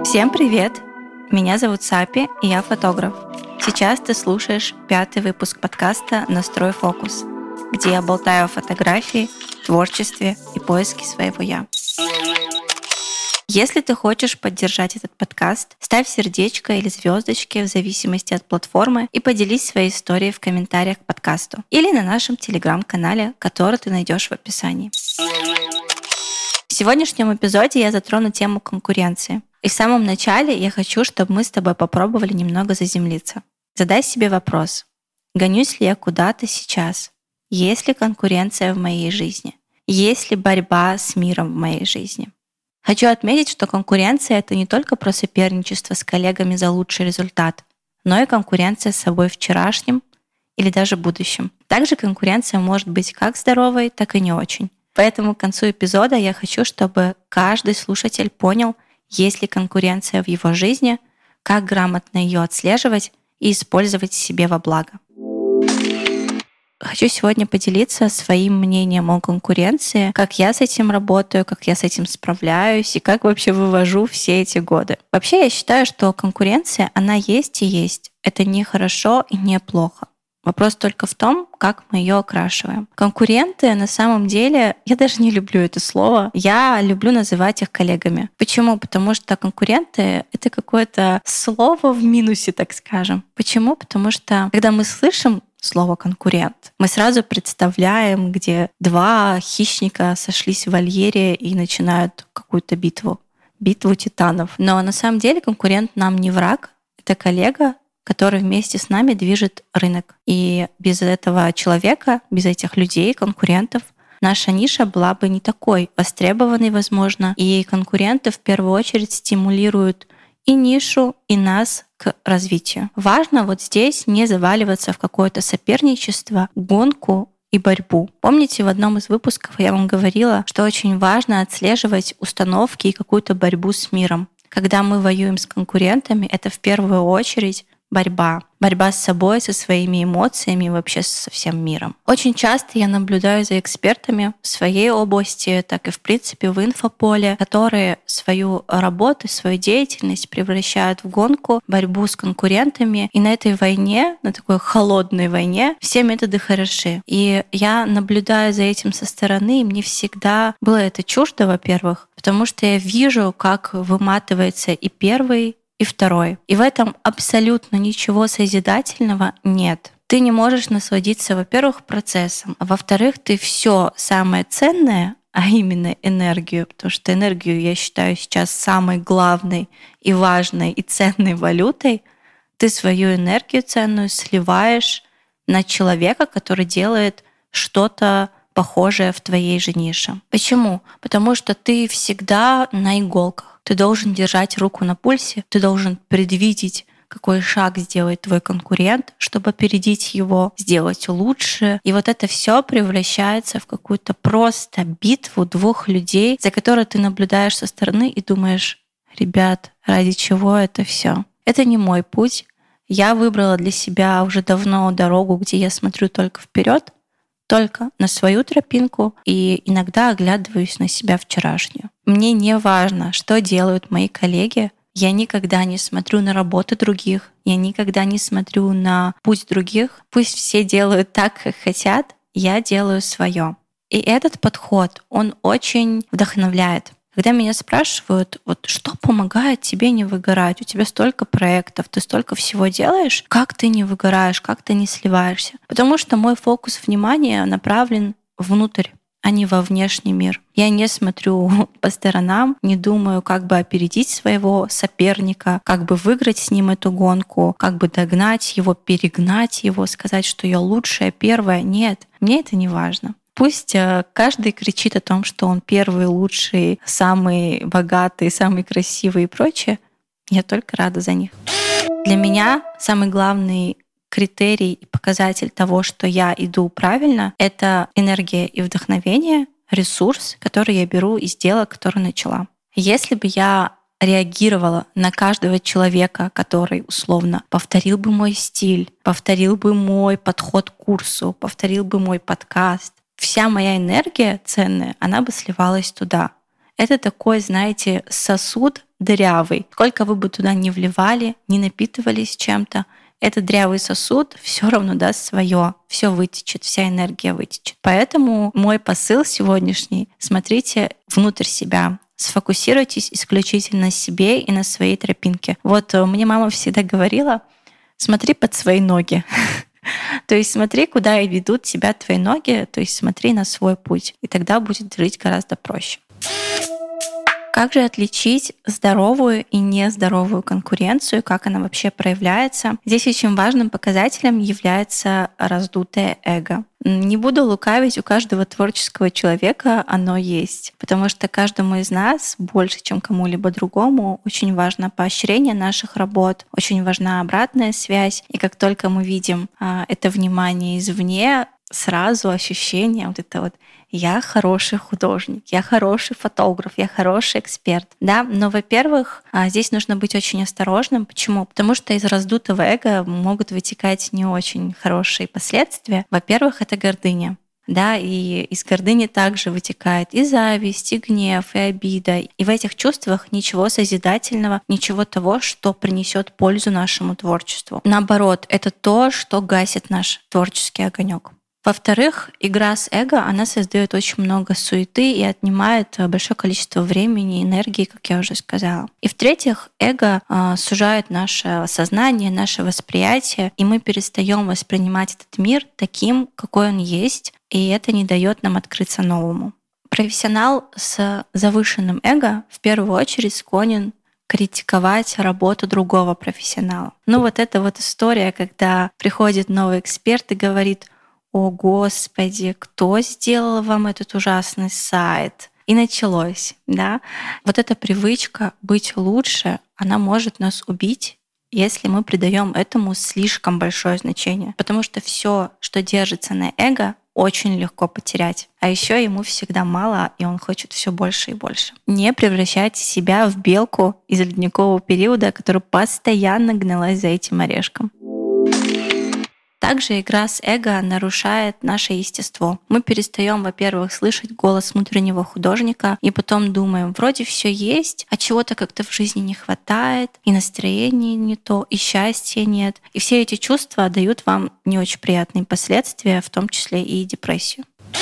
Всем привет! Меня зовут Сапи, и я фотограф. Сейчас ты слушаешь 5-й выпуск подкаста «Настрой фокус», где я болтаю о фотографии, творчестве и поиске своего «я». Если ты хочешь поддержать этот подкаст, ставь сердечко или звездочки в зависимости от платформы и поделись своей историей в комментариях к подкасту или на нашем телеграм-канале, который ты найдешь в описании. В сегодняшнем эпизоде я затрону тему конкуренции. И в самом начале я хочу, чтобы мы с тобой попробовали немного заземлиться. Задай себе вопрос: гонюсь ли я куда-то сейчас? Есть ли конкуренция в моей жизни? Есть ли борьба с миром в моей жизни? Хочу отметить, что конкуренция — это не только про соперничество с коллегами за лучший результат, но и конкуренция с собой вчерашним или даже будущим. Также конкуренция может быть как здоровой, так и не очень. Поэтому к концу эпизода я хочу, чтобы каждый слушатель понял, есть ли конкуренция в его жизни, как грамотно ее отслеживать и использовать себе во благо. Хочу сегодня поделиться своим мнением о конкуренции, как я с этим работаю, как я с этим справляюсь и как вообще вывожу все эти годы. Вообще я считаю, что конкуренция, она есть и есть. Это не хорошо и не плохо. Вопрос только в том, как мы ее окрашиваем. Конкуренты, на самом деле, я даже не люблю это слово. Я люблю называть их коллегами. Почему? Потому что конкуренты — это какое-то слово в минусе, так скажем. Почему? Потому что, когда мы слышим слово «конкурент», мы сразу представляем, где два хищника сошлись в вольере и начинают какую-то битву титанов. Но на самом деле конкурент нам не враг, это коллега, который вместе с нами движет рынок. И без этого человека, без этих людей, конкурентов, наша ниша была бы не такой востребованной, возможно. И конкуренты в первую очередь стимулируют и нишу, и нас к развитию. Важно вот здесь не заваливаться в какое-то соперничество, гонку и борьбу. Помните, в одном из выпусков я вам говорила, что очень важно отслеживать установки и какую-то борьбу с миром. Когда мы воюем с конкурентами, это в первую очередь борьба. Борьба с собой, со своими эмоциями и вообще со всем миром. Очень часто я наблюдаю за экспертами в своей области, так и в принципе в инфополе, которые свою работу, свою деятельность превращают в гонку, борьбу с конкурентами. И на этой войне, на такой холодной войне, все методы хороши. И я наблюдаю за этим со стороны, и мне всегда было это чуждо, во-первых, потому что я вижу, как выматывается и первый, и второй. И в этом абсолютно ничего созидательного нет. Ты не можешь насладиться, во-первых, процессом, а во-вторых, ты все самое ценное, а именно энергию, потому что энергию я считаю сейчас самой главной и важной и ценной валютой, ты свою энергию ценную сливаешь на человека, который делает что-то похожее в твоей же нише. Почему? Потому что ты всегда на иголках. Ты должен держать руку на пульсе, ты должен предвидеть, какой шаг сделает твой конкурент, чтобы опередить его, сделать лучше. И вот это все превращается в какую-то просто битву двух людей, за которой ты наблюдаешь со стороны и думаешь: ребят, ради чего это все? Это не мой путь. Я выбрала для себя уже давно дорогу, где я смотрю только вперед, только на свою тропинку и иногда оглядываюсь на себя вчерашнюю. Мне не важно, что делают мои коллеги. Я никогда не смотрю на работы других. Я никогда не смотрю на путь других. Пусть все делают так, как хотят. Я делаю свое. И этот подход, он очень вдохновляет. Когда меня спрашивают, вот что помогает тебе не выгорать? У тебя столько проектов, ты столько всего делаешь. Как ты не выгораешь, как ты не сливаешься? Потому что мой фокус внимания направлен внутрь, а не во внешний мир. Я не смотрю по сторонам, не думаю, как бы опередить своего соперника, как бы выиграть с ним эту гонку, как бы догнать его, перегнать его, сказать, что я лучшая, первая. Нет, мне это не важно. Пусть каждый кричит о том, что он первый, лучший, самый богатый, самый красивый и прочее. Я только рада за них. Для меня самый главный критерий и показатель того, что я иду правильно, это энергия и вдохновение, ресурс, который я беру из дела, которое начала. Если бы я реагировала на каждого человека, который условно повторил бы мой стиль, повторил бы мой подход к курсу, повторил бы мой подкаст, вся моя энергия ценная, она бы сливалась туда. Это такой, знаете, сосуд дырявый. Сколько вы бы туда не вливали, не напитывались чем-то, этот дрявый сосуд все равно даст свое, все вытечет, вся энергия вытечет. Поэтому мой посыл сегодняшний: смотрите внутрь себя, сфокусируйтесь исключительно на себе и на своей тропинке. Вот мне мама всегда говорила: смотри под свои ноги. То есть смотри, куда ведут тебя твои ноги, то есть смотри на свой путь, и тогда будет жить гораздо проще. Как же отличить здоровую и нездоровую конкуренцию, как она вообще проявляется? Здесь очень важным показателем является раздутое эго. Не буду лукавить, у каждого творческого человека оно есть, потому что каждому из нас больше, чем кому-либо другому, очень важно поощрение наших работ, очень важна обратная связь. И как только мы видим это внимание извне, сразу ощущение вот это вот: я хороший художник, я хороший фотограф, я хороший эксперт. Да? Но, во-первых, здесь нужно быть очень осторожным. Почему? Потому что из раздутого эго могут вытекать не очень хорошие последствия. Во-первых, это гордыня. Да, и из гордыни также вытекает и зависть, и гнев, и обида. И в этих чувствах ничего созидательного, ничего того, что принесет пользу нашему творчеству. Наоборот, это то, что гасит наш творческий огонек. Во-вторых, игра с эго, она создает очень много суеты и отнимает большое количество времени и энергии, как я уже сказала. И в-третьих, эго сужает наше сознание, наше восприятие, и мы перестаем воспринимать этот мир таким, какой он есть, и это не дает нам открыться новому. Профессионал с завышенным эго в первую очередь склонен критиковать работу другого профессионала. Вот эта вот история, когда приходит новый эксперт и говорит: «О, Господи, кто сделал вам этот ужасный сайт?» И началось, да. Вот эта привычка быть лучше, она может нас убить, если мы придаем этому слишком большое значение. Потому что все, что держится на эго, очень легко потерять. А еще ему всегда мало, и он хочет все больше и больше. Не превращайте себя в белку из ледникового периода, которая постоянно гналась за этим орешком. Также игра с эго нарушает наше естество. Мы перестаем, во-первых, слышать голос внутреннего художника, и потом думаем: вроде все есть, а чего-то как-то в жизни не хватает, и настроение не то, и счастья нет. И все эти чувства дают вам не очень приятные последствия, в том числе и депрессию.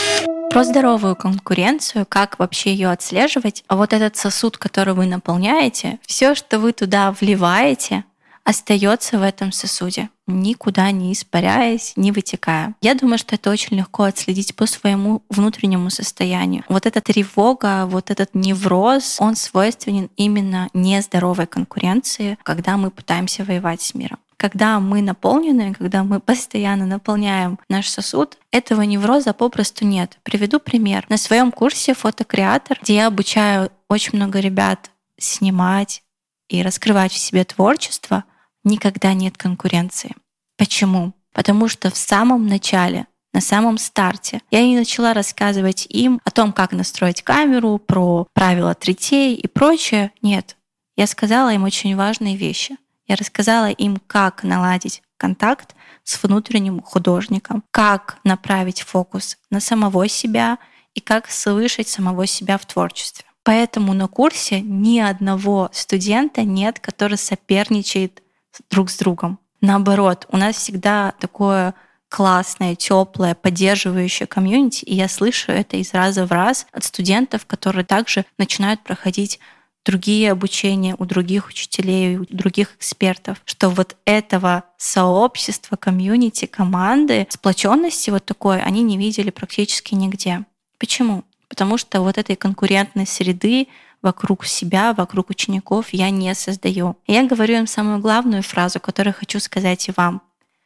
Про здоровую конкуренцию, как вообще ее отслеживать. А вот этот сосуд, который вы наполняете, все, что вы туда вливаете, остается в этом сосуде, никуда не испаряясь, не вытекая. Я думаю, что это очень легко отследить по своему внутреннему состоянию. Вот эта тревога, вот этот невроз, он свойственен именно нездоровой конкуренции, когда мы пытаемся воевать с миром. Когда мы наполнены, когда мы постоянно наполняем наш сосуд, этого невроза попросту нет. Приведу пример. На своем курсе «Фотокреатор», где я обучаю очень много ребят снимать и раскрывать в себе творчество, никогда нет конкуренции. Почему? Потому что в самом начале, на самом старте, я не начала рассказывать им о том, как настроить камеру, про правила третей и прочее. Нет. Я сказала им очень важные вещи. Я рассказала им, как наладить контакт с внутренним художником, как направить фокус на самого себя и как слышать самого себя в творчестве. Поэтому на курсе ни одного студента нет, который соперничает друг с другом. Наоборот, у нас всегда такое классное, теплое, поддерживающее комьюнити, и я слышу это из раза в раз от студентов, которые также начинают проходить другие обучения у других учителей, у других экспертов, что вот этого сообщества, комьюнити, команды, сплоченности вот такой они не видели практически нигде. Почему? Потому что вот этой конкурентной среды вокруг себя, вокруг учеников я не создаю. И я говорю им самую главную фразу, которую хочу сказать и вам.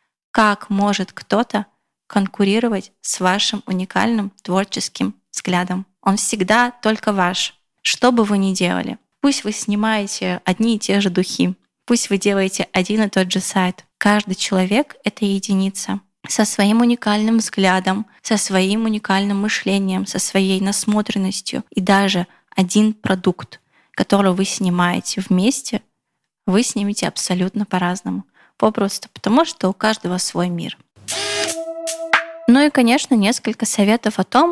Как может кто-то конкурировать с вашим уникальным творческим взглядом? Он всегда только ваш. Что бы вы ни делали. Пусть вы снимаете одни и те же духи, пусть вы делаете один и тот же сайт. Каждый человек — это единица. Со своим уникальным взглядом, со своим уникальным мышлением, со своей насмотренностью. И даже один продукт, который вы снимаете вместе, вы снимете абсолютно по-разному. Попросту потому, что у каждого свой мир. Ну и, конечно, несколько советов о том,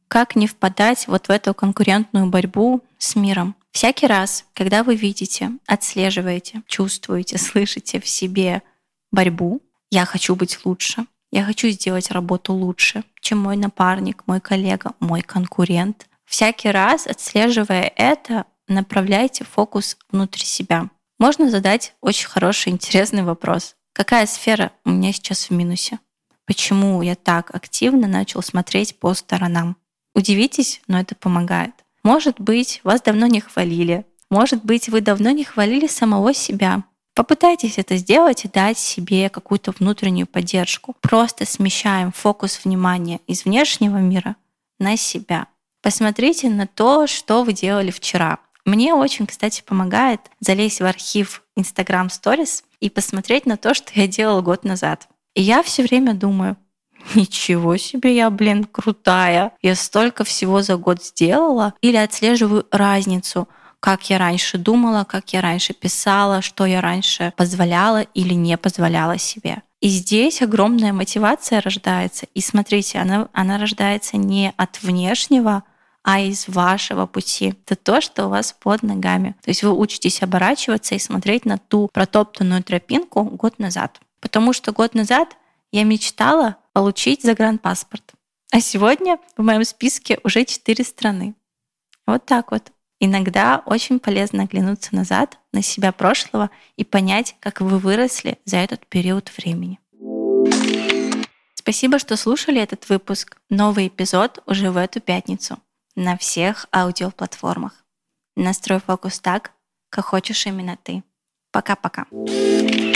Как не впадать вот в эту конкурентную борьбу с миром? Всякий раз, когда вы видите, отслеживаете, чувствуете, слышите в себе борьбу, я хочу быть лучше, я хочу сделать работу лучше, чем мой напарник, мой коллега, мой конкурент. Всякий раз, отслеживая это, направляйте фокус внутрь себя. Можно задать очень хороший, интересный вопрос. Какая сфера у меня сейчас в минусе? Почему я так активно начал смотреть по сторонам? Удивитесь, но это помогает. Может быть, вас давно не хвалили. Может быть, вы давно не хвалили самого себя. Попытайтесь это сделать и дать себе какую-то внутреннюю поддержку. Просто смещаем фокус внимания из внешнего мира на себя. Посмотрите на то, что вы делали вчера. Мне очень, кстати, помогает залезть в архив Instagram Stories и посмотреть на то, что я делала год назад. И я все время думаю, ничего себе я, крутая. Я столько всего за год сделала. Или отслеживаю разницу, как я раньше думала, как я раньше писала, что я раньше позволяла или не позволяла себе. И здесь огромная мотивация рождается. И смотрите, она рождается не от внешнего, а из вашего пути. Это то, что у вас под ногами. То есть вы учитесь оборачиваться и смотреть на ту протоптанную тропинку год назад. Потому что год назад я мечтала получить загранпаспорт. А сегодня в моем списке уже 4 страны. Вот так вот. Иногда очень полезно оглянуться назад на себя прошлого и понять, как вы выросли за этот период времени. Спасибо, что слушали этот выпуск. Новый эпизод уже в эту пятницу на всех аудиоплатформах. Настрой фокус так, как хочешь именно ты. Пока-пока.